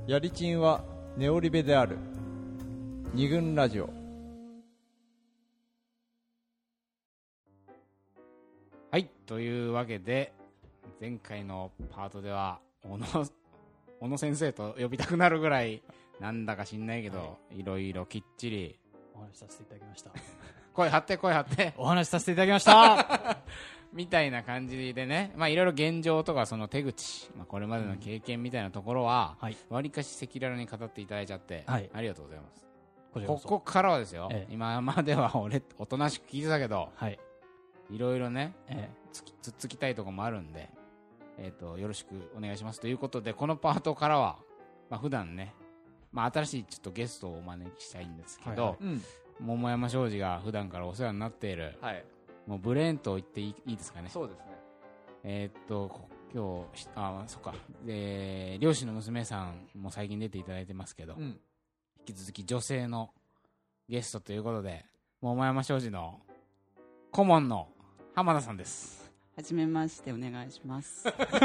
やりちんはネオリベである。二軍ラジオ。 はい、というわけで前回のパートでは小野先生と呼びたくなるぐらいなんだか知んないけど、いろいろきっちりお話しさせていただきました。 声張ってお話しさせていただきましたみたいな感じでね、まあいろいろ現状とかその手口、まあ、これまでの経験みたいなところはわりかし赤裸々に語っていただいちゃって、 はい、 ありがとうございます。 ここからはですよ、今までは俺おとなしく聞いてたけど、 はい、 いろいろね、つっつきたいところもあるんで、よろしくお願いしますということで、このパートからは、まあ、普段ね、まあ、新しいちょっとゲストをお招きしたいんですけど、桃山商事が普段からお世話になっている、はい、もうブレーンと言っていいですかね。 そうですね。 今日そっか、漁師の娘さんも最近出ていただいてますけど、引き続き女性のゲストということで、桃山商事の顧問の浜田さんです。 はじめましてお願いします。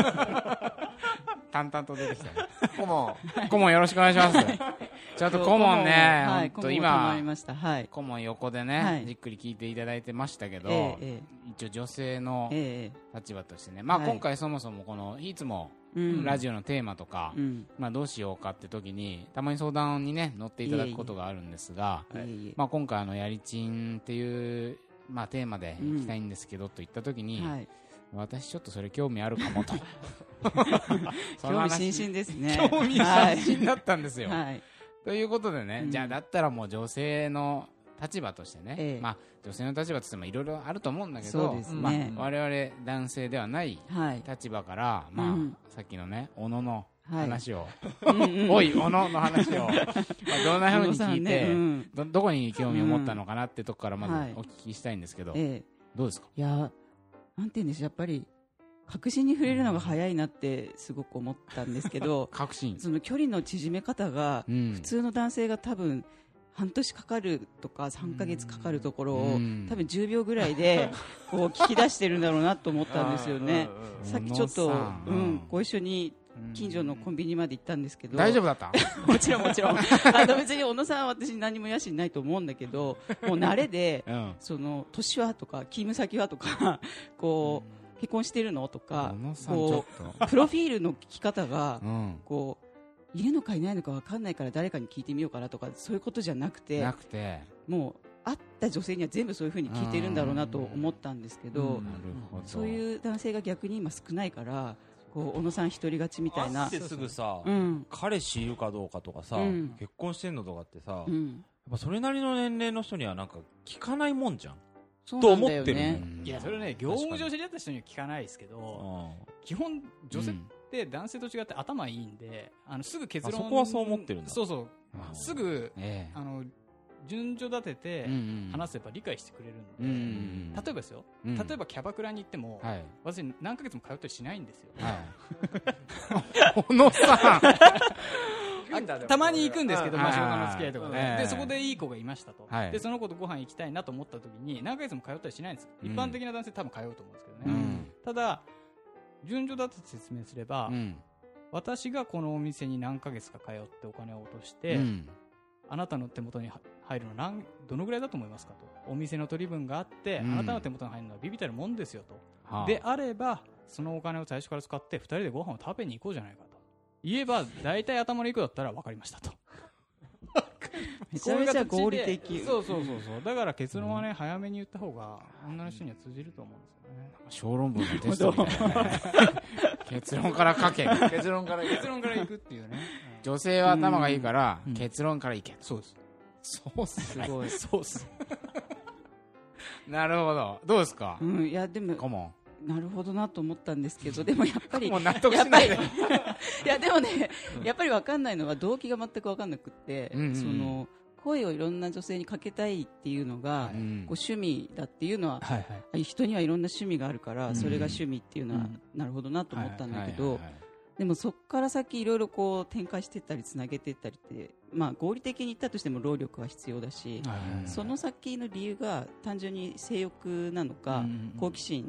淡々と出てきたね。顧問よろしくお願いします。ちょっと顧問ね、 はい本当今、 はい、 顧問横でね、はい、じっくり聞いていただいてましたけど、一応女性の立場としてね、まあ今回そもそもこのいつもラジオのテーマとか、まあどうしようかって時にたまに相談にね乗っていただくことがあるんですが、まあ今回やりちんっていうまあテーマでいきたいんですけどと言った時に、私ちょっとそれ興味あるかもと興味津々ですね。 興味津々だったんですよ、 はい、 ということでね、じゃあだったらもう女性の立場としてね、まあ女性の立場としてもいろいろあると思うんだけど、まあ我々男性ではない立場から、まあさっきのね小野の話を、おい小野の話をどんなふうに聞いて、どこに興味を持ったのかなってとこからまずお聞きしたいんですけど、どうですか？ いや、なんて言うんでしょう、やっぱり確信に触れるのが早いなってすごく思ったんですけど確信、 その距離の縮め方が、普通の男性が多分半年かかるとか3ヶ月かかるところを、多分10秒ぐらいでこう聞き出してるんだろうなと思ったんですよね。さっきちょっと、ご一緒に近所のコンビニまで行ったんですけど、 大丈夫だったもちろん別に小野さんは私に何も野心ないと思うんだけど、もう慣れで、その年はとか勤務先はとかこう、結婚してるのとか、こうプロフィールの聞き方が、こういるのかいないのか分かんないから誰かに聞いてみようかなとか、そういうことじゃなくてもう会った女性には全部そういうふうに聞いてるんだろうなと思ったんですけど、そういう男性が逆に今少ないから、こう小野さん一人勝ちみたいな。 会ってすぐさ、彼氏いるかどうかとかさ、結婚してんのとかってさ、やっぱそれなりの年齢の人にはなんか聞かないもんじゃんと思ってる。 いや、それね、業務上知り合った人には聞かないですけど、基本女性って男性と違って頭いいんで、すぐ結論、 そこはそう思ってるんだ。 そうそう、すぐ順序立てて話せば理解してくれるんで、例えばですよ、例えばキャバクラに行っても、私何ヶ月も通ったりしないんですよ。 小野さんたまに行くんですけど、仕事の付き合いとかで、そこでいい子がいましたと、でその子とご飯行きたいなと思った時に何ヶ月も通ったりしないんですよ。一般的な男性多分通うと思うんですけどね、ただ順序立てて説明すれば、私がこのお店に何ヶ月か通ってお金を落として、あなたの手元に入るのどのぐらいだと思いますかと。お店の取り分があって、あなたの手元に入るのはビビたるもんですよと、であればそのお金を最初から使って2人でご飯を食べに行こうじゃないかと言えば、大体頭のいい子だったら分かりましたとめちゃめちゃ合理的。 そうだから結論はね、早めに言った方が女の人には通じると思うんですよね。 小論文のテストみたいなね結論から書け、 結論からいくっていうね女性は頭がいいから、結論からいけ。 そうです。 すごい。 そうっすなるほど。どうですか？ いやでもなるほどなと思ったんですけど、でもやっぱりもう納得しないでいやでもね、やっぱり分かんないのは動機が全く分かんなくって、その声をいろんな女性にかけたいっていうのが、こう趣味だっていうのは、人にはいろんな趣味があるから、それが趣味っていうのは、なるほどなと思ったんだけど、でもそこから先いろいろこう展開していったりつなげていったりって、まあ、合理的に言ったとしても労力は必要だし、その先の理由が単純に性欲なのか、好奇心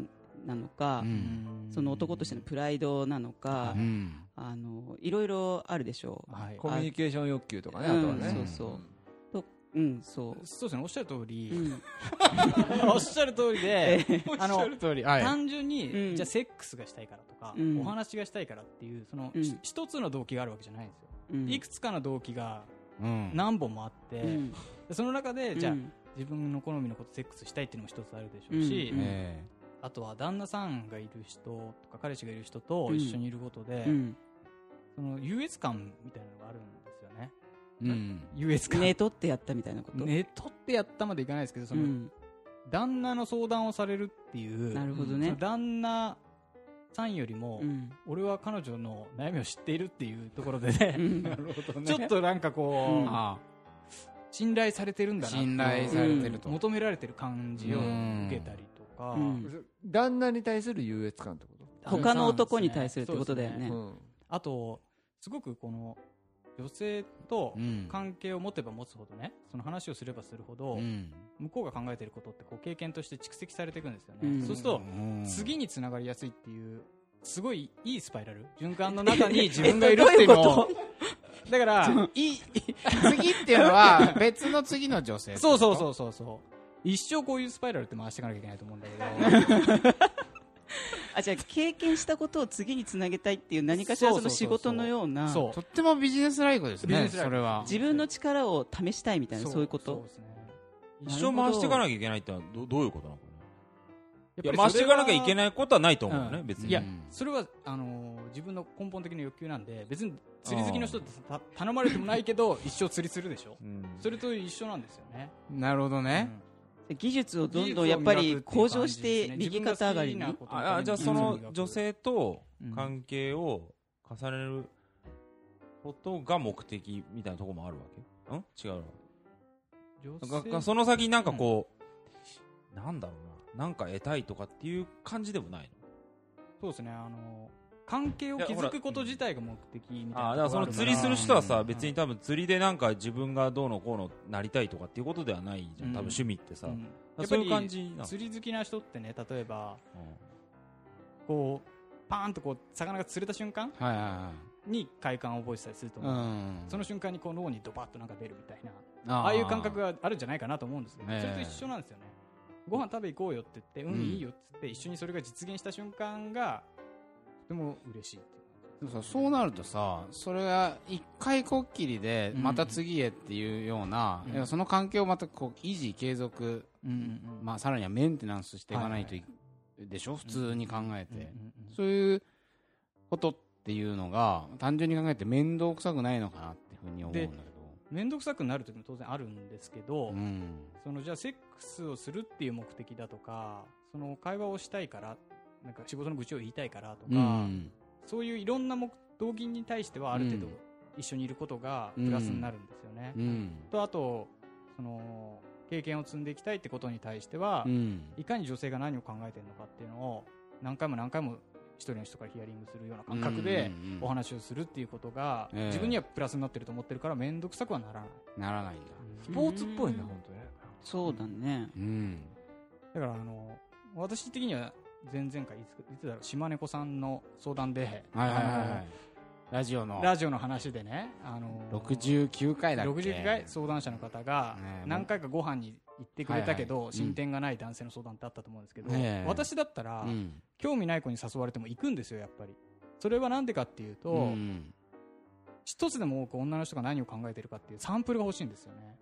なのか、その男としてのプライドなのか、いろいろあるでしょう、 はい、コミュニケーション欲求とかね、あとはね、 そうですね、おっしゃる通り、おっしゃる通りで、単純に、じゃあセックスがしたいからとか、お話がしたいからっていう、その一つの動機があるわけじゃないんですよ。いくつかの動機が何本もあって、その中で、じゃあ自分の好みのことセックスしたいっていうのも一つあるでしょうし、あとは旦那さんがいる人とか彼氏がいる人と一緒にいることで、その優越感みたいなのがあるんですよね。優越感。 寝取ってやったみたいなこと。 寝取ってやったまでいかないですけど、その旦那の相談をされるっていう。 なるほどね。 旦那さんよりも、俺は彼女の悩みを知っているっていうところでね、なるほどね、ちょっとなんかこう、信頼されてるんだな、信頼されてると求められてる感じを受けたりとか、 旦那に対する優越感ってこと？ 他の男に対するってことだよね。 あとすごくこの女性と関係を持てば持つほどね、その話をすればするほど、向こうが考えていることってこう経験として蓄積されていくんですよね。そうすると次につながりやすいっていう、すごいいいスパイラル、循環の中に自分がいるっていうのをだから次っていうのは別の次の女性。 そう一生こういうスパイラルって回していかなきゃいけないと思うんだけどじゃあ経験したことを次につなげたいっていう何かしらその仕事のような、 とってもビジネスライクですね。それは自分の力を試したいみたいな、そういうこと。そうですね。 一生回していかなきゃいけないってのはどういうことなのかね。いや、回していかなきゃいけないことはないと思うよね、別に。 いや、それは自分の根本的な欲求なんで、別に釣り好きの人って頼まれてもないけど一生釣りするでしょ。それと一緒なんですよね。 なるほどね。 技術をどんどんやっぱり向上して右肩上がりに。 じゃあその女性と関係を重ねることが目的みたいなところもあるわけ？違うの？その先なんかこう、なんだろうな、なんか得たいとかっていう感じでもないの？ そうですね、関係を築くこと自体が目的みたいな。 だからその釣りする人はさ、別に多分釣りでなんか自分がどうのこうのなりたいとかっていうことではないじゃん、多分趣味ってさ。そういう感じなの。 釣り好きな人ってね、例えば、こうパーンとこう魚が釣れた瞬間に快感を覚えてたりすると思う。その瞬間にこう脳にドバッとなんか出るみたいな、ああいう感覚があるんじゃないかなと思うんですけど、それと一緒なんですよね。ご飯食べ行こうよって言って、いいよって言って一緒にそれが実現した瞬間がとても嬉しいっていう。 そうなるとさ、それが一回こっきりでまた次へっていうような、その関係をまたこう維持継続、さらにはメンテナンスしていかないとでしょ、普通に考えて。そういうことっていうのが単純に考えて面倒くさくないのかなっていうふうに思うんだけど、 面倒くさくなる時も当然あるんですけど、そのじゃあセックスをするっていう目的だとか、その会話をしたいから、なんか仕事の愚痴を言いたいからとか、そういういろんな動機に対してはある程度一緒にいることがプラスになるんですよね。とあとその経験を積んでいきたいってことに対しては、いかに女性が何を考えているのかっていうのを何回も一人の人からヒアリングするような感覚でお話をするっていうことが、自分にはプラスになってると思ってるから面倒くさくはならないんだ。 スポーツっぽいね、本当ね。 そうだね。 だから私的には前々回いつだろう、島猫さんの相談で、 ラジオの話でね、 69回だっけ、 69回相談者の方が何回かご飯に行ってくれたけど進展がない男性の相談ってあったと思うんですけど、私だったら興味ない子に誘われても行くんですよ、やっぱり。それはなんでかっていうと、一つでも多く女の人が何を考えてるかっていうサンプルが欲しいんですよね。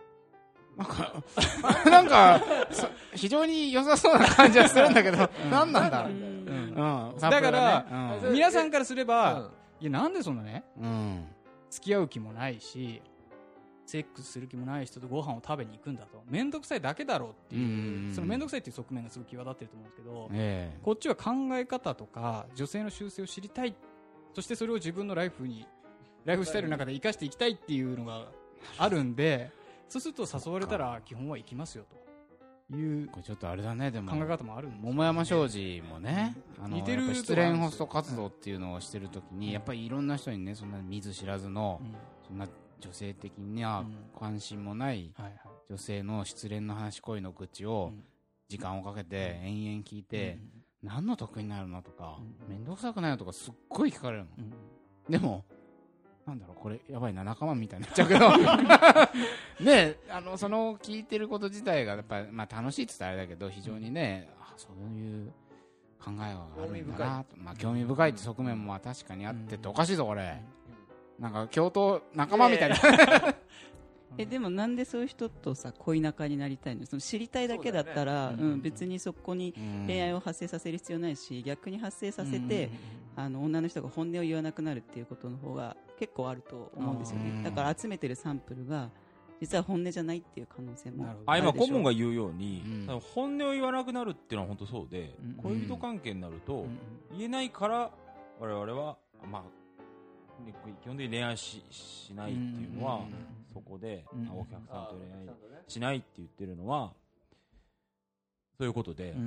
なんか非常に良さそうな感じはするんだけど、何なんだろう。 だから皆さんからすれば、いやなんでそんなね、付き合う気もないしセックスする気もない人とご飯を食べに行くんだと、面倒くさいだけだろうっていう、その面倒くさいっていう側面がすごく際立ってると思うんですけど、こっちは考え方とか女性の習性を知りたい、そしてそれを自分のライフスタイルの中で生かしていきたいっていうのがあるんで、そうすると誘われたら基本は行きますよという、 これちょっとあれだね、でも考え方もあるんです、 桃山商事もね、 似てる失恋ホスト活動っていうのをしてるときに、やっぱりいろんな人にね、そんな見ず知らずの、そんな女性的には関心もない女性の失恋の話、恋の口を時間をかけて延々聞いて、 何の得になるのとか、面倒くさくないのとかすっごい聞かれるの。でも、なんだろう、これやばいな、仲間みたいになっちゃうけどね、その聞いてること自体がやっぱり、まあ楽しいって言ったらあれだけど、非常にね、そういう考えがあるんだなと、まあ興味深いって側面もまあ確かにあってっておかしいぞこれ。なんか共闘仲間みたいな。 でもなんでそういう人とさ恋仲になりたいの？その知りたいだけだったら、別にそこに恋愛を発生させる必要ないし、逆に発生させて、女の人が本音を言わなくなるっていうことの方が結構あると思うんですよね。だから集めてるサンプルが実は本音じゃないっていう可能性もあるでしょ。 今顧問が言うように、本音を言わなくなるっていうのは本当そうで、恋人関係になると言えないから我々はまあ基本的に恋愛しないっていうのは、そこで、お客さんと恋愛しないって言ってるのはそういうことで、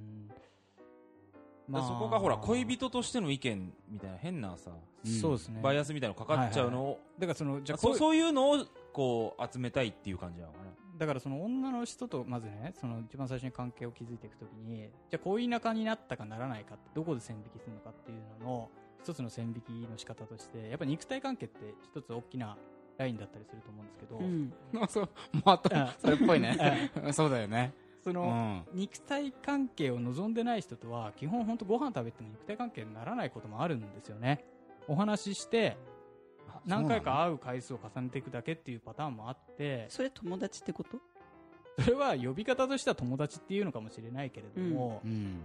そこがほら恋人としての意見みたいな変なさ、 そうですね、 バイアスみたいなのかかっちゃうのを、 だからじゃそういうのをこう集めたいっていう感じなのかな。 だからその女の人とまずね、その一番最初に関係を築いていくときに、じゃあ恋仲になったかならないかってどこで線引きするのかっていうのの一つの線引きの仕方として、やっぱり肉体関係って一つ大きなラインだったりすると思うんですけど、 そう、またそれっぽいね。そうだよね。 その、肉体関係を望んでない人とは基本本当ご飯食べても肉体関係にならないこともあるんですよね。お話しして何回か会う回数を重ねていくだけっていうパターンもあって、 それ友達ってこと？ それは呼び方としては友達っていうのかもしれないけれども、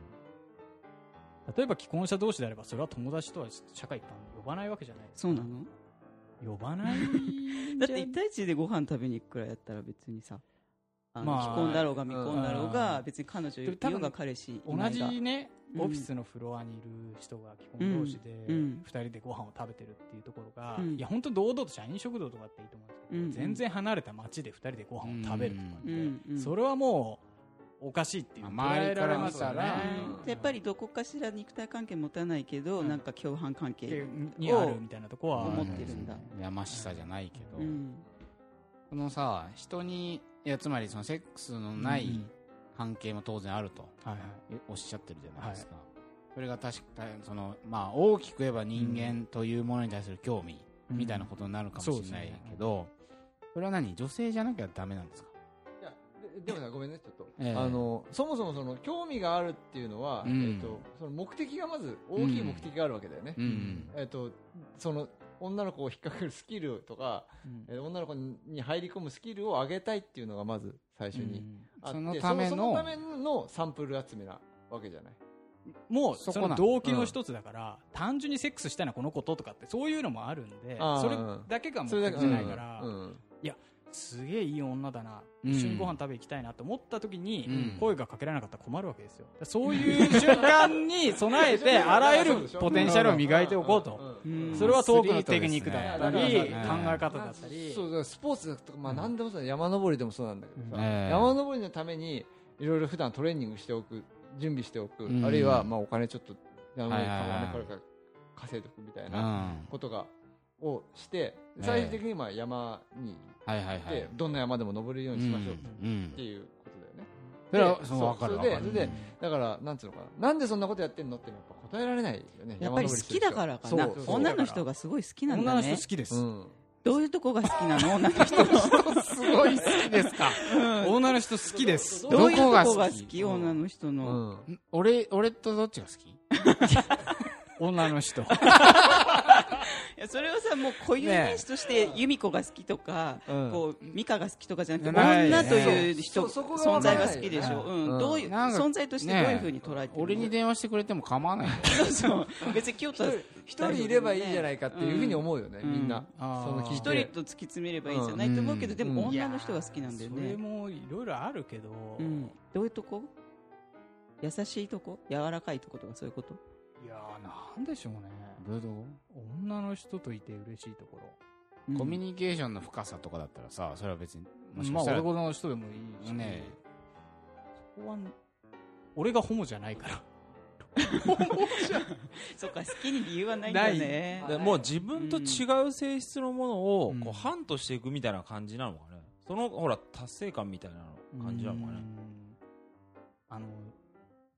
例えば既婚者同士であればそれは友達とは社会一般呼ばないわけじゃないですか。 そうなの？ 呼ばないだって1対1でご飯食べに行くくらいやったら別にさ、既婚だろうが未婚だろうが別に彼女いるが彼氏いないが同じね、オフィスのフロアにいる人が既婚同士で2人でご飯を食べてるっていうところが、いや本当堂々と社員食堂とかっていいと思うんですけど、全然離れた街で2人でご飯を食べるとかって、それはもうおかしいっていう周りから見たら、 やっぱりどこかしら肉体関係持たないけど、なんか共犯関係にあるみたいなとこは思ってるんだ。 やましさじゃないけど、このさ、人に、いやつまりそのセックスのない関係も当然あるとおっしゃってるじゃないですか。それが確かその、まあ、大きく言えば人間というものに対する興味みたいなことになるかもしれないけど、それは何、女性じゃなきゃダメなんですか？ でもさ、ごめんね、ちょっと、そもそもその興味があるっていうのは、その目的がまず大きい目的があるわけだよね。その女の子を引っ掛けるスキルとか、女の子に入り込むスキルを上げたいっていうのがまず最初にあって、そのためのサンプル集めなわけじゃない。 もうその動機の一つだから、単純にセックスしたいのはこのこととかってそういうのもあるんで、それだけが目的じゃないから、いやすげえいい女だな、一緒にご飯食べ行きたいなと思った時に声がかけられなかったら困るわけですよ。そういう瞬間に備えてあらゆるポテンシャルを磨いておこうと。それはトークのテクニックだったり、考え方だったり、 そうスポーツとか、まあ何でもそう、山登りでもそうなんだけどさ、山登りのためにいろいろ普段トレーニングしておく、準備しておく、あるいはまあお金ちょっと山登りこれから稼いでおくみたいなことがをして、最終的にまあ山に行ってどんな山でも登れるようにしましょうっていうことだよね。 それはそう分かる。 それでだからなんつうのかな、なんでそんなことやってんのってやっぱ答えられないよね。 やっぱり好きだからかな。女の人がすごい好きなんだね。 女の人好きです。 どういうとこが好きなの？女の人のすごい好きですか？ 女の人好きです。 どういうとこが好き？女の人の。 俺とどっちが好き？ 女の人。 いやそれはさ、もう固有名詞として由美子が好きとか、こう美香が好きとかじゃなくて、女という人存在が好きでしょ。どういう存在としてどういう風に捉えてるの？ 俺に電話してくれても構わない。 そう別に京都一人いればいいじゃないかっていう風に思うよね、みんな。 一人と突き詰めればいいじゃないと思うけど、でも女の人が好きなんだよね。 それもいろいろあるけど、 どういうとこ？優しいとこ？柔らかいとことかそういうこと？ いやー、なんでしょうね。 どういうとこ？ 女の人といて嬉しいところ、 コミュニケーションの深さとかだったらさ、それは別にもしかしたら男の人でもいいしね。そこは俺がホモじゃないから。 そっか、好きに理由はないんだね。 もう自分と違う性質のものをこうハントしていくみたいな感じなのかね。そのほら達成感みたいな感じなのかね。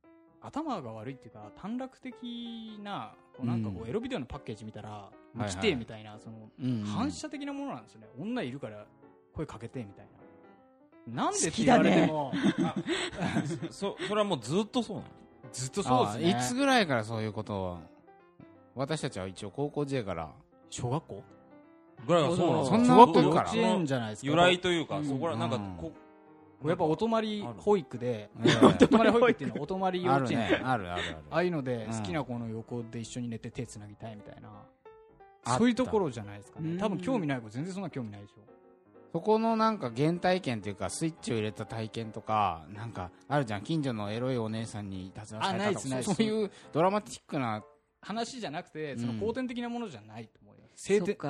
頭が悪いっていうか短絡的ななんかこうエロビデオのパッケージ見たら来てみたいな、その反射的なものなんですよね。女いるから声かけてみたいな。なんでって言われても、 それはもうずっとそうなの？ ずっとそうですね。 いつぐらいからそういうことを？私たちは一応高校時代から小学校ぐらいはそうなの？ そんなこと幼稚園じゃないですか。 由来というか、そこらなんかやっぱお泊まり保育で、お泊まり保育っていうのはお泊まり幼稚園ある。 ああいうので好きな子の横で一緒に寝て手つなぎたいみたいな、そういうところじゃないですかね。多分興味ない子全然そんな興味ないでしょ。 そこのなんか原体験というかスイッチを入れた体験とかなんかあるじゃん。近所のエロいお姉さんにいたずらされたとか、そういうドラマティックな話じゃなくて、その後天的なものじゃないと思います。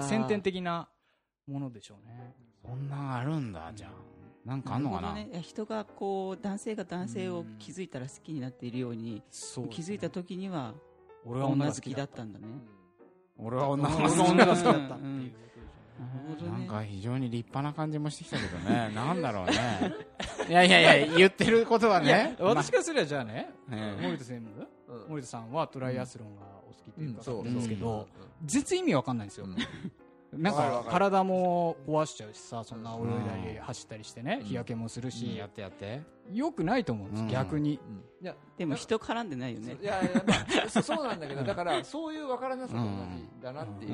先天的なものでしょうね。 そんなあるんだ。じゃあなんかあんのかな。 人がこう男性が男性を気づいたら好きになっているように、気づいた時には俺は女好きだったんだね。 俺は女が好きだったっていう。なんか非常に立派な感じもしてきたけどね。なんだろうね。いや言ってることはね。 私からすればじゃあね、森田専務、森田さんはトライアスロンがお好きっていうかそうですけど、全然意味わかんないんですよ。なんか体も壊しちゃうしさ、そんな泳いだり走ったりしてね、日焼けもするし、 やってよくないと思うんです、逆に。 いやでも人絡んでないよね。 いやそうなんだけど、だからそういう分からなさと同じだなっていう、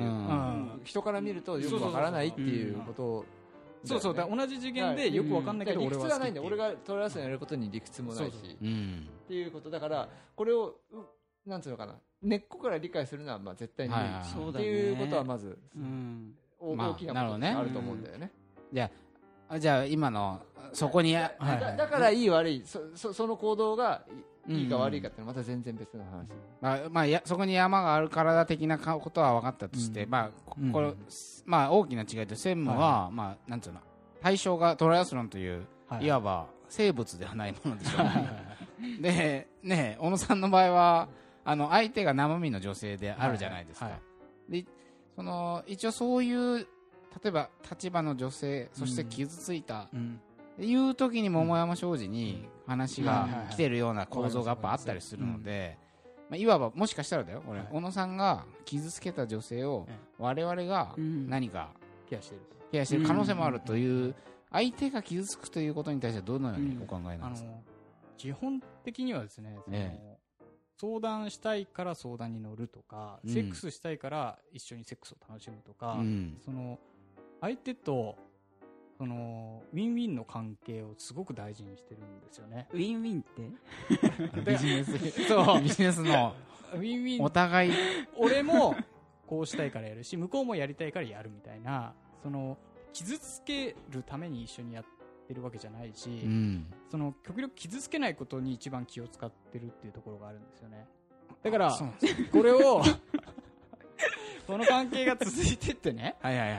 人から見るとよく分からないっていうことを、 そうだ、同じ次元でよく分かんないけど理屈はないんだよ。俺がトライアスロンやることに理屈もないしっていうことだから、これをなんつうのかな、根っこから理解するのはまあ絶対にっていうことはまず大きなことがあると思うんだよね。 じゃあ今のそこにだからいい悪いその行動がいいか悪いかってまた全然別の話。そこに山がある体的なことは分かったとして、これ大きな違いで専務はなんつうの、対象がトライアスロンといういわば生物ではないものでしょう。でね、小野さんの場合は相手が生身の女性であるじゃないですか。で一応そういう例えば立場の女性、そして傷ついた、いう時に桃山商事に話が来てるような構造がやっぱあったりするので、いわばもしかしたらだよ、小野さんが傷つけた女性を我々が何かケアしてる可能性もあるという、相手が傷つくということに対してはどのようにお考えなんですか？ 基本的にはですね、相談したいから相談に乗るとか、セックスしたいから一緒にセックスを楽しむとか、その相手とそのウィンウィンの関係をすごく大事にしてるんですよね。 ウィンウィンってビジネスのウィンウィン、 お互い俺もこうしたいからやるし、向こうもやりたいからやるみたいな、その傷つけるために一緒にやってるわけじゃないし、その極力傷つけないことに一番気を使ってるっていうところがあるんですよね。だからこれをこの関係が続いてってね、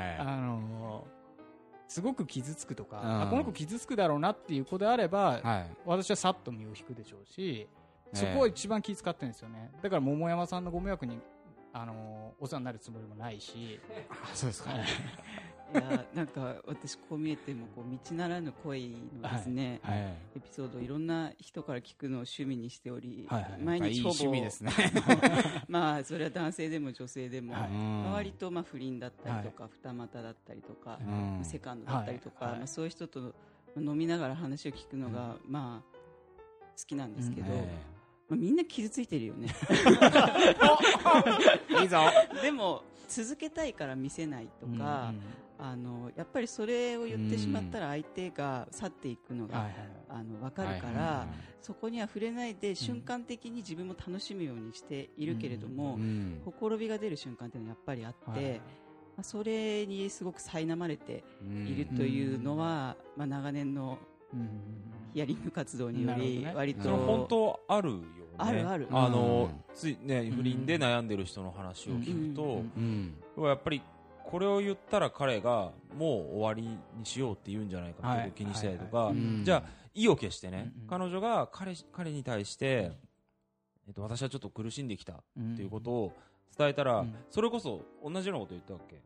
すごく傷つくとか、この子傷つくだろうなっていう子であれば、私はさっと身を引くでしょうし、そこは一番気遣ってるんですよね。だから桃山さんのご迷惑にお世話になるつもりもないし。 そうですか。 いやなんか私こう見えても道ならぬ恋のですね、エピソードいろんな人から聞くのを趣味にしており、毎日ほぼいい趣味ですね。 それは男性でも女性でも、割と不倫だったりとか、二股だったりとか、セカンドだったりとか、そういう人と飲みながら話を聞くのが好きなんですけど、みんな傷ついてるよね。 いいぞ。 でも続けたいから見せないとか、やっぱりそれを言ってしまったら相手が去っていくのが分かるから、そこには触れないで瞬間的に自分も楽しむようにしているけれども、ほころびが出る瞬間っていうのはやっぱりあって、それにすごく苛まれているというのは、長年のヒアリング活動により割と本当あるよね。 あるついね、不倫で悩んでる人の話を聞くと、やっぱりこれを言ったら彼がもう終わりにしようって言うんじゃないかって気にしたりとか、じゃあ意を決してね、彼女が彼に対して私はちょっと苦しんできたっていうことを伝えたら、それこそ同じようなこと言ったわけ。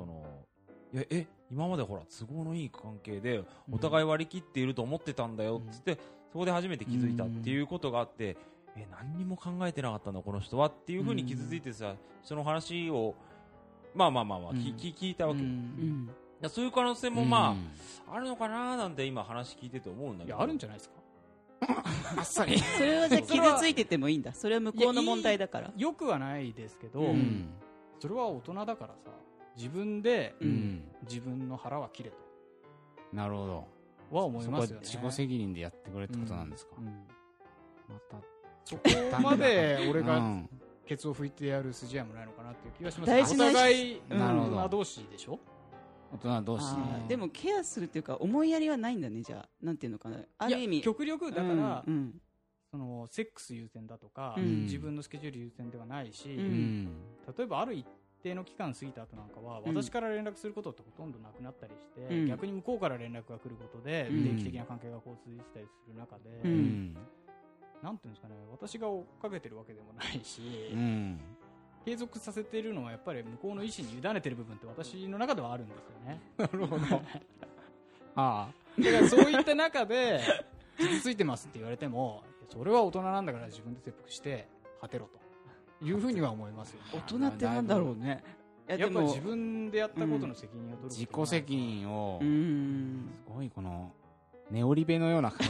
今までほら都合のいい関係でお互い割り切っていると思ってたんだよっつって、そこで初めて気づいたっていうことがあって、 何にも考えてなかったんだこの人はっていうふうに傷ついてさ、その話を聞いたわけ、そういう可能性もあるのかななんて今話聞いてて思うんだけど。 いや、あるんじゃないですか。 あっさりそれはじゃあ傷ついててもいいんだ。それは向こうの問題だから。 よくはないですけど、それは大人だからさ、自分で、自分の腹は切れと。 なるほど。 は思いますよね。 自己責任でやってくれってことなんですか。 またそこまで俺がケツを拭いてやる筋合いもないのかなっていう気がします。 大事なお互い大人同士でしょ。 大人同士。 でもケアするっていうか思いやりはないんだね。じゃあなんていうのかな。ある意味極力だから、そのセックス優先だとか、自分のスケジュール優先ではないし、例えばある一定の期間過ぎた後なんかは、私から連絡することってほとんどなくなったりして、逆に向こうから連絡が来ることで、定期的な関係がこう続いてたりする中で、なんていうんですかね、私が追っかけてるわけでもないし、継続させているのはやっぱり向こうの意思に委ねてる部分って私の中ではあるんですよね。 なるほど。 だからそういった中で傷ついてますって言われても、それは大人なんだから自分で切腹して果てろというふうには思いますよ、ね。 大人ってなんだろうね。 やっぱり自分でやったことの責任を取る、 自己責任を、すごいこのネオリベのような考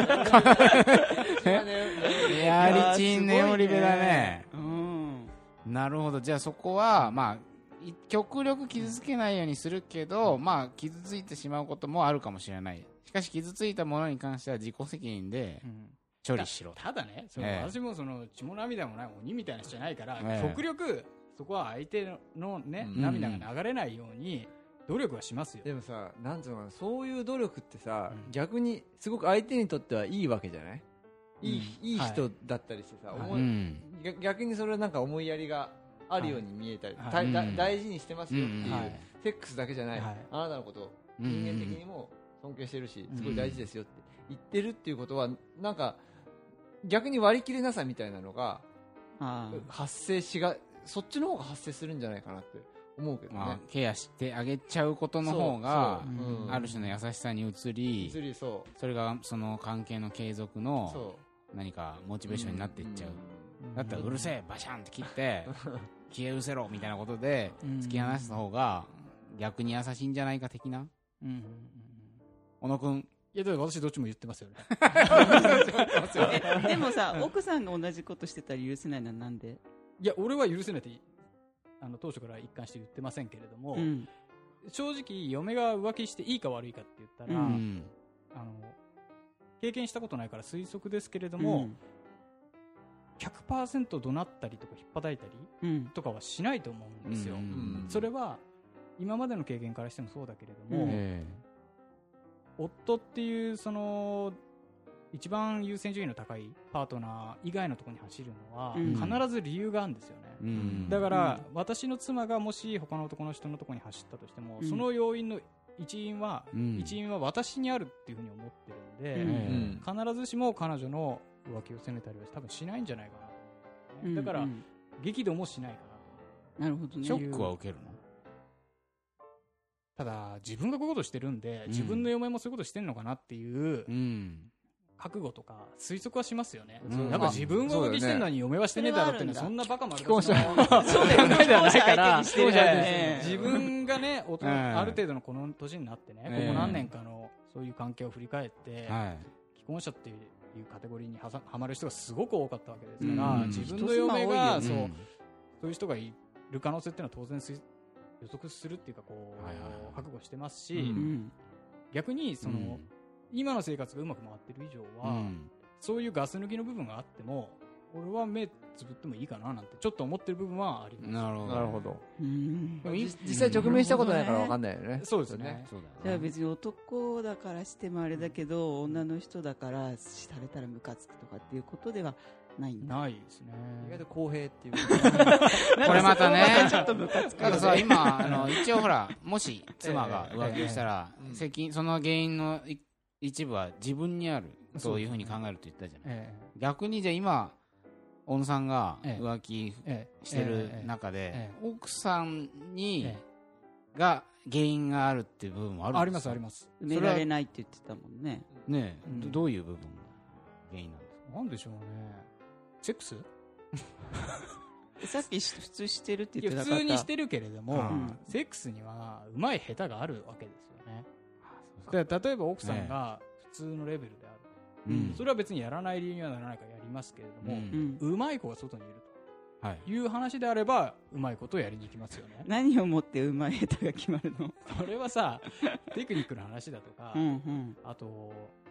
え。やりちんネオリベだね。なるほど。じゃあそこは、極力傷つけないようにするけど、傷ついてしまうこともあるかもしれない。しかし傷ついたものに関しては自己責任で処理しろ。 ただね、私もその血も涙もない鬼みたいな人じゃないから、極力そこは相手のね、涙が流れないように努力はしますよ。 でもさ、なんつうのかな、そういう努力ってさ、逆にすごく相手にとってはいいわけじゃない？いい人だったりしてさ、逆にそれはなんか思いやりがあるように見えたり、大事にしてますよっていう、セックスだけじゃない、あなたのことを人間的にも尊敬してるし、すごい大事ですよって言ってるっていうことは、なんか逆に割り切れなさみたいなのが発生そっちの方が発生するんじゃないかなって思うけどね。 ケアしてあげちゃうことの方がある種の優しさに移り、それがその関係の継続の何かモチベーションになっていっちゃう。だったらうるせえバシャンって切って消え失せろみたいなことで突き放した方が逆に優しいんじゃないか的な。小野くん。 いや、だから私どっちも言ってますよね。 でもさ、奥さんが同じことしてたら許せないのはなんで？ いや、俺は許せないって当初から一貫して言ってませんけれども、正直嫁が浮気していいか悪いかって言ったら、経験したことないから推測ですけれども、100% 怒鳴ったりとか引っ叩いたりとかはしないと思うんですよ。それは今までの経験からしてもそうだけれども、夫っていうその一番優先順位の高いパートナー以外のところに走るのは必ず理由があるんですよね。だから私の妻がもし他の男の人のところに走ったとしても、その要因の一因は私にあるっていうふうに思ってるんで、必ずしも彼女の浮気を責めたりは多分しないんじゃないかなと思う、だから激怒もしないかな。なるほどね。 ショックは受けるの？ ただ自分がこういうことしてるんで、自分の嫁もそういうことしてるのかなっていう覚悟とか推測はしますよね。なんか自分が浮気してるのに嫁はしてねえだろってね、そんなバカ丸出しのそうだよね、ではないから、自分がね、ある程度のこの年になってね、ここ何年かのそういう関係を振り返って、既婚者っていうカテゴリーにはまる人がすごく多かったわけですから、自分の嫁がそういう人がいる可能性っていうのは当然予測するっていうか覚悟してますし、逆にその今の生活がうまく回ってる以上は、そういうガス抜きの部分があっても俺は目つぶってもいいかななんてちょっと思ってる部分はあります。 なるほど。実際直面したことないから分かんないよね。 そうですね。 じゃあ別に男だからしてもあれだけど、女の人だからされたらムカつくとかっていうことではないんだ。 ないですね。 意外と公平っていうこれまたね、 ちょっとムカつく。 たださ、今一応ほら、もし妻が浮気をしたら、その原因の一部は自分にある、そういうふうに考えると言ったじゃない。逆にじゃあ今小野さんが浮気してる中で、奥さんが原因があるっていう部分もあるんですか？ あります。 埋められないって言ってたもんね。 ねえ、どういう部分が原因なんですか？ なんでしょうね。 セックスさっき普通してるって言ってなかった。 普通にしてるけれども、セックスにはうまい下手があるわけですよね。例えば奥さんが普通のレベルである、それは別にやらない理由にはならないからやりますけれども、うまい子が外にいるという話であればうまいことをやりに行きますよね。 何をもってうまい下手が決まるの？ それはさ、テクニックの話だとか、あと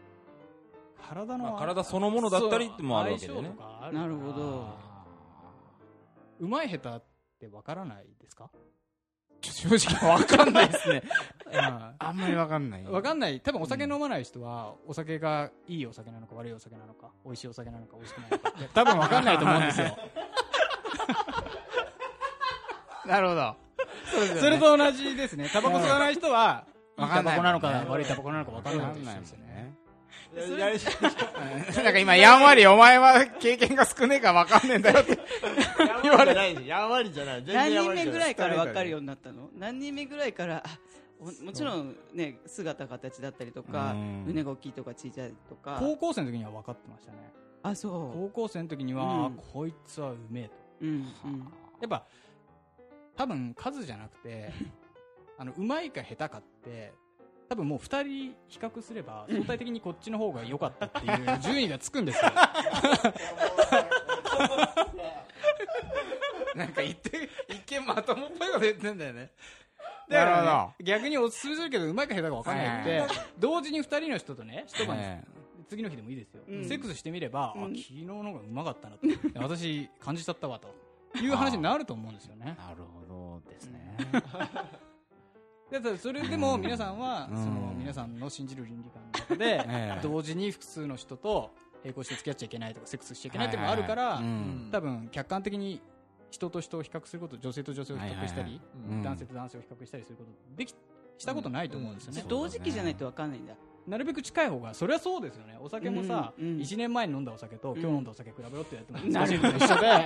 体そのものだったりってもあるわけでね。 なるほど。 うまい下手ってわからないですか？正直わかんないですね。 あんまりわかんない。 わかんない。多分お酒飲まない人は、お酒がいいお酒なのか悪いお酒なのか、美味しいお酒なのか美味しくないのか、多分わかんないと思うんですよ。 なるほど。 それと同じですね。タバコ吸わない人は、いいタバコなのか悪いタバコなのかわからないですよね。 なんか今、やんわりお前は経験が少ねえからわかんねえんだよって言われない。やんわりじゃない。 何人目ぐらいから分かるようになったの？何人目ぐらいから、もちろんね、姿形だったりとか、胸が大きいとか小さいとか。 高校生の時には分かってましたね。 あ、そう。 高校生の時には、こいつはうめえと。やっぱ、多分数じゃなくて、うまいか下手かって、多分もう2人比較すれば相対的にこっちの方が良かったっていう順位がつくんですよ。 なんか一見まともっぽいこと言ってんだよね。 だからね、逆におすすめするけどうまいか下手か分かんないって、同時に2人の人とね、一晩次の日でもいいですよ、セックスしてみれば、昨日の方がうまかったなと、私感じちゃったわという話になると思うんですよね。 なるほどですね。 それでも皆さんは、その皆さんの信じる倫理観の中で、同時に複数の人と並行して付き合っちゃいけないとかセックスしちゃいけないっていうのがあるから、多分客観的に人と人を比較すること、女性と女性を比較したり、男性と男性を比較したりすることしたことないと思うんですよね。 同時期じゃないと分かんないんだ。 なるべく近い方が、それはそうですよね。お酒もさ、1年前に飲んだお酒と今日飲んだお酒比べろってやっても難しいのと一緒で。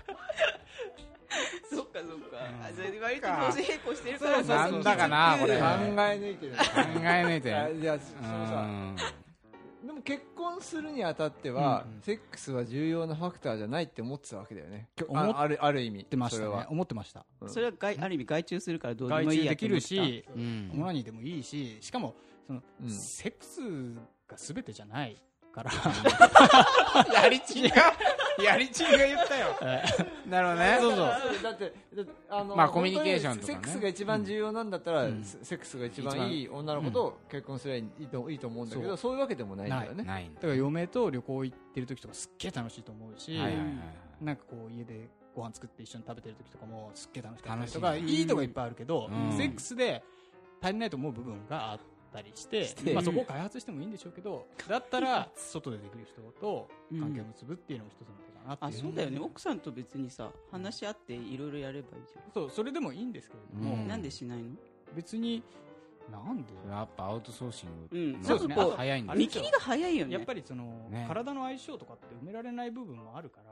そっかそっか。割と同時並行してるから、 なんだかなこれ。 考え抜いてる。 考え抜いてる。 いや、そのさ、でも結婚するにあたっては、セックスは重要なファクターじゃないって思ってたわけだよね。ある意味。 思ってました。 それはある意味外注するからどうでもいいや。 外注できるし、オナニーでもいいし、しかもセックスが全てじゃないから。 やりちんが言ったよ。なるほどね。 そうそう。だって、 まあコミュニケーションとかね。 セックスが一番重要なんだったら、セックスが一番いい女の子と結婚すればいいと思うんだけど、そういうわけでもないんだよね。 だから嫁と旅行行ってる時とかすっげえ楽しいと思うし、なんかこう家でご飯作って一緒に食べてる時とかもすっげえ楽しかったりとか、いいとこいっぱいあるけど、セックスで足りないと思う部分があったりして、まあそこを開発してもいいんでしょうけど、だったら外でできる人と関係を結ぶっていうのも一つの手かなっていう。 そうだよね。奥さんと別にさ、話し合っていろいろやればいいじゃん。 そう、それでもいいんですけれども、 なんでしないの？ 別になんでやっぱアウトソーシング、 そうですね、早いんですよ。 見切りが早いよね。 やっぱりその体の相性とかって埋められない部分もあるから。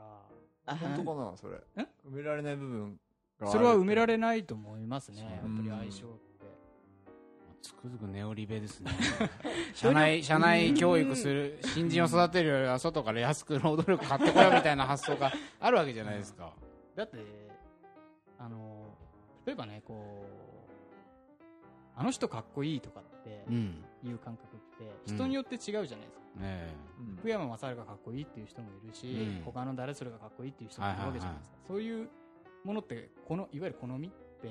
本当かなそれ。埋められない部分が。 それは埋められないと思いますね。やっぱり相性。 つくづくネオリベですね。社内教育する、新人を育てるよりは外から安く労働力買ってこようみたいな発想があるわけじゃないですか。 だって、例えばね、こう、あの人かっこいいとかっていう感覚って人によって違うじゃないですか。福山雅治がかっこいいっていう人もいるし、他の誰それがかっこいいっていう人もいるわけじゃないですか。そういうものって、いわゆる好みって、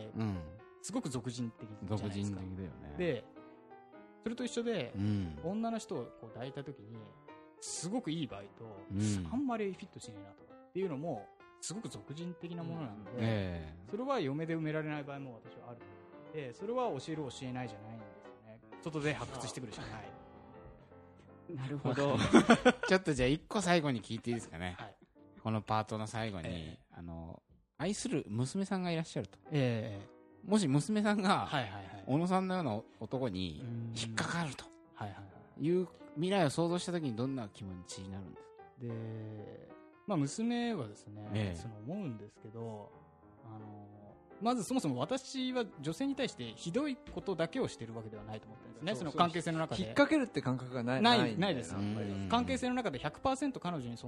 すごく俗人的じゃないですか。で、それと一緒で、女の人をこう抱いたときに、すごくいい場合と、あんまりフィットしないなとかっていうのも、すごく俗人的なものなんで、それは嫁で埋められない場合も私はあるので、それは教える教えないじゃないんですよね。外で発掘してくるしかない。 なるほど。 ちょっとじゃあ一個最後に聞いていいですかね。このパートの最後に、愛する娘さんがいらっしゃると。もし娘さんが、小野さんのような男に引っかかるという未来を想像したときにどんな気持ちになるんですか？ で、まあ娘はですね、思うんですけど、まずそもそも私は女性に対してひどいことだけをしているわけではないと思ってるんですね。その関係性の中で。 引っ掛けるって感覚がないです。関係性の中で 100% 彼女に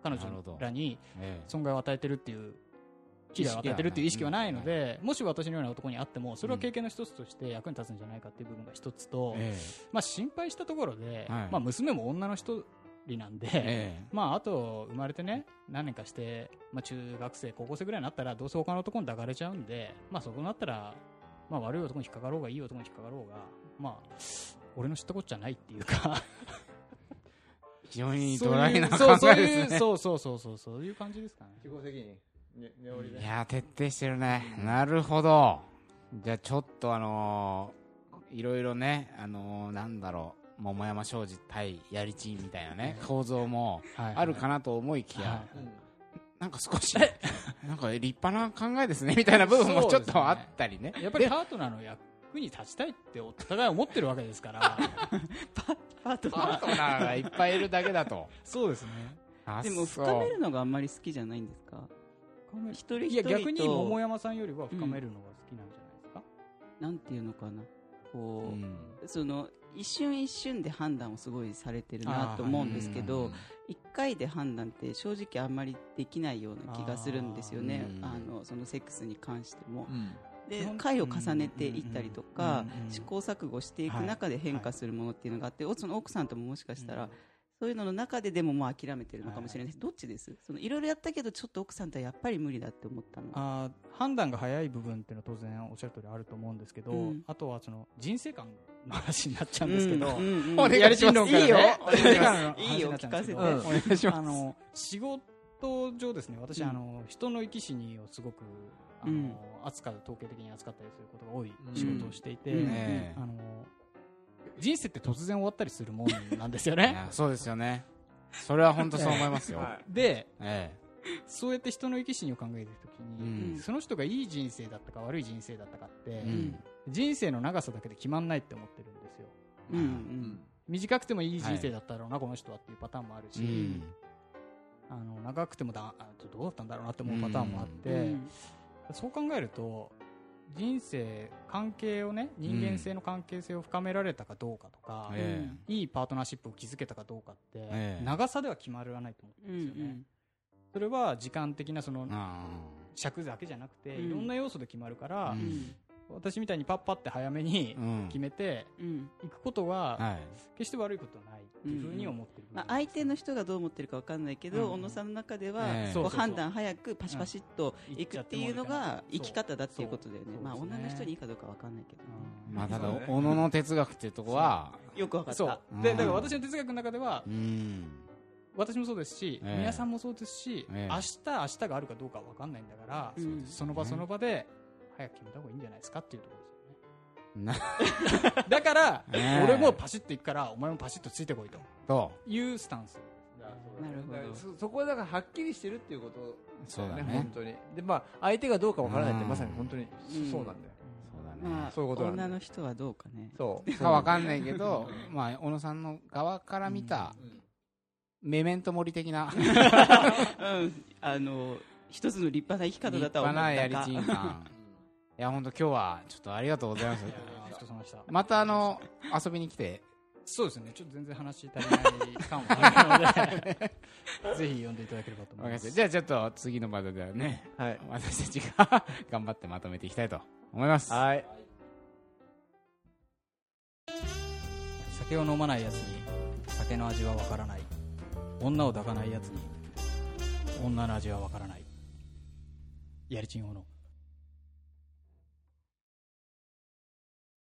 彼女らに損害を与えてるっていう危害を与えてるっていう意識はないので、もし私のような男に会ってもそれは経験の一つとして役に立つんじゃないかっていう部分が一つと、まあ心配したところで、まあ娘も女の一人なんで、まああと生まれてね何年かして、まあ中学生高校生ぐらいになったらどうせ他の男に抱かれちゃうんで、まあそうなったらまあ悪い男に引っかかろうがいい男に引っかかろうが、まあ俺の知ったことじゃないっていうか非常にドライな考えですね。 そういう感じですかね。 自己責任。 いや徹底してるね。なるほど。じゃあちょっといろいろねなんだろう、桃山商事対やりちんみたいなね構造もあるかなと思いきや、なんか少しなんか立派な考えですねみたいな部分もちょっとあったりね。 やっぱりパートナーの役に立ちたいってお互い思ってるわけですからパートナーがいっぱいいるだけだと。 そうですね。 でも深めるのがあんまり好きじゃないんですか？一人一人と。 いや逆に桃山さんよりは深めるのが好きなんじゃないですか？ なんていうのかな、こう、その一瞬一瞬で判断をすごいされてるなと思うんですけど、1回で判断って正直あんまりできないような気がするんですよね。そのセックスに関しても。で回を重ねていったりとか試行錯誤していく中で変化するものっていうのがあって、その奥さんとももしかしたらそういうのの中ででももう諦めてるのかもしれない。どっちです？いろいろやったけどちょっと奥さんとはやっぱり無理だって思ったの。 判断が早い部分っていうのは当然おっしゃる通りあると思うんですけど、あとはその人生観の話になっちゃうんですけど、 やりちん論からね。いいよ聞かせて。お願いします。 仕事上ですね、私人の生き死にをすごく統計的に扱ったりすることが多い仕事をしていて、人生って突然終わったりするもんなんですよね。 そうですよね。それは本当そう思いますよ。 で、そうやって人の生き死にを考えているときに、その人がいい人生だったか悪い人生だったかって、人生の長さだけで決まんないって思ってるんですよ。短くてもいい人生だったろうな、この人はっていうパターンもあるし、長くてもどうだったんだろうなって思うパターンもあって、そう考えると人生関係をね、人間性の関係性を深められたかどうかとか、いいパートナーシップを築けたかどうかって、長さでは決まらないと思うんですよね。それは時間的なその尺だけじゃなくて、いろんな要素で決まるから、私みたいにパッパって早めに決めていくことは決して悪いことはないっていうふうに思ってる。 相手の人がどう思ってるか分かんないけど、小野さんの中では判断早くパシパシっといくっていうのが生き方だっていうことだよね。女の人にいいかどうか分かんないけど、 ただ小野の哲学っていうところはよく分かった。だから私の哲学の中では私もそうですし、皆さんもそうですし、明日があるかどうかは分かんないんだから、その場その場で早く決めた方がいいんじゃないですかっていうところですよね。だから俺もパシッといくからお前もパシッとついてこいというスタンス。 なるほど。 そこはだからはっきりしてるっていうことそうだね、 本当に。で相手がどうかわからないってまさに本当にそうなんだよ。そういうことなんだ。 女の人はどうかね。 そうかわかんないけど、小野さんの側から見たメメントモリ的な一つの立派な生き方だとは思ったか。 立派なやりちん感。いや本当今日はちょっとありがとうございます。また遊びに来て。 そうですね。ちょっと全然話足りない感はあるのでぜひ呼んでいただければと思います。 じゃあちょっと次の場ではね、私たちが頑張ってまとめていきたいと思います。 はい。 酒を飲まないやつに酒の味はわからない。女を抱かないやつに女の味はわからない。やりちんおの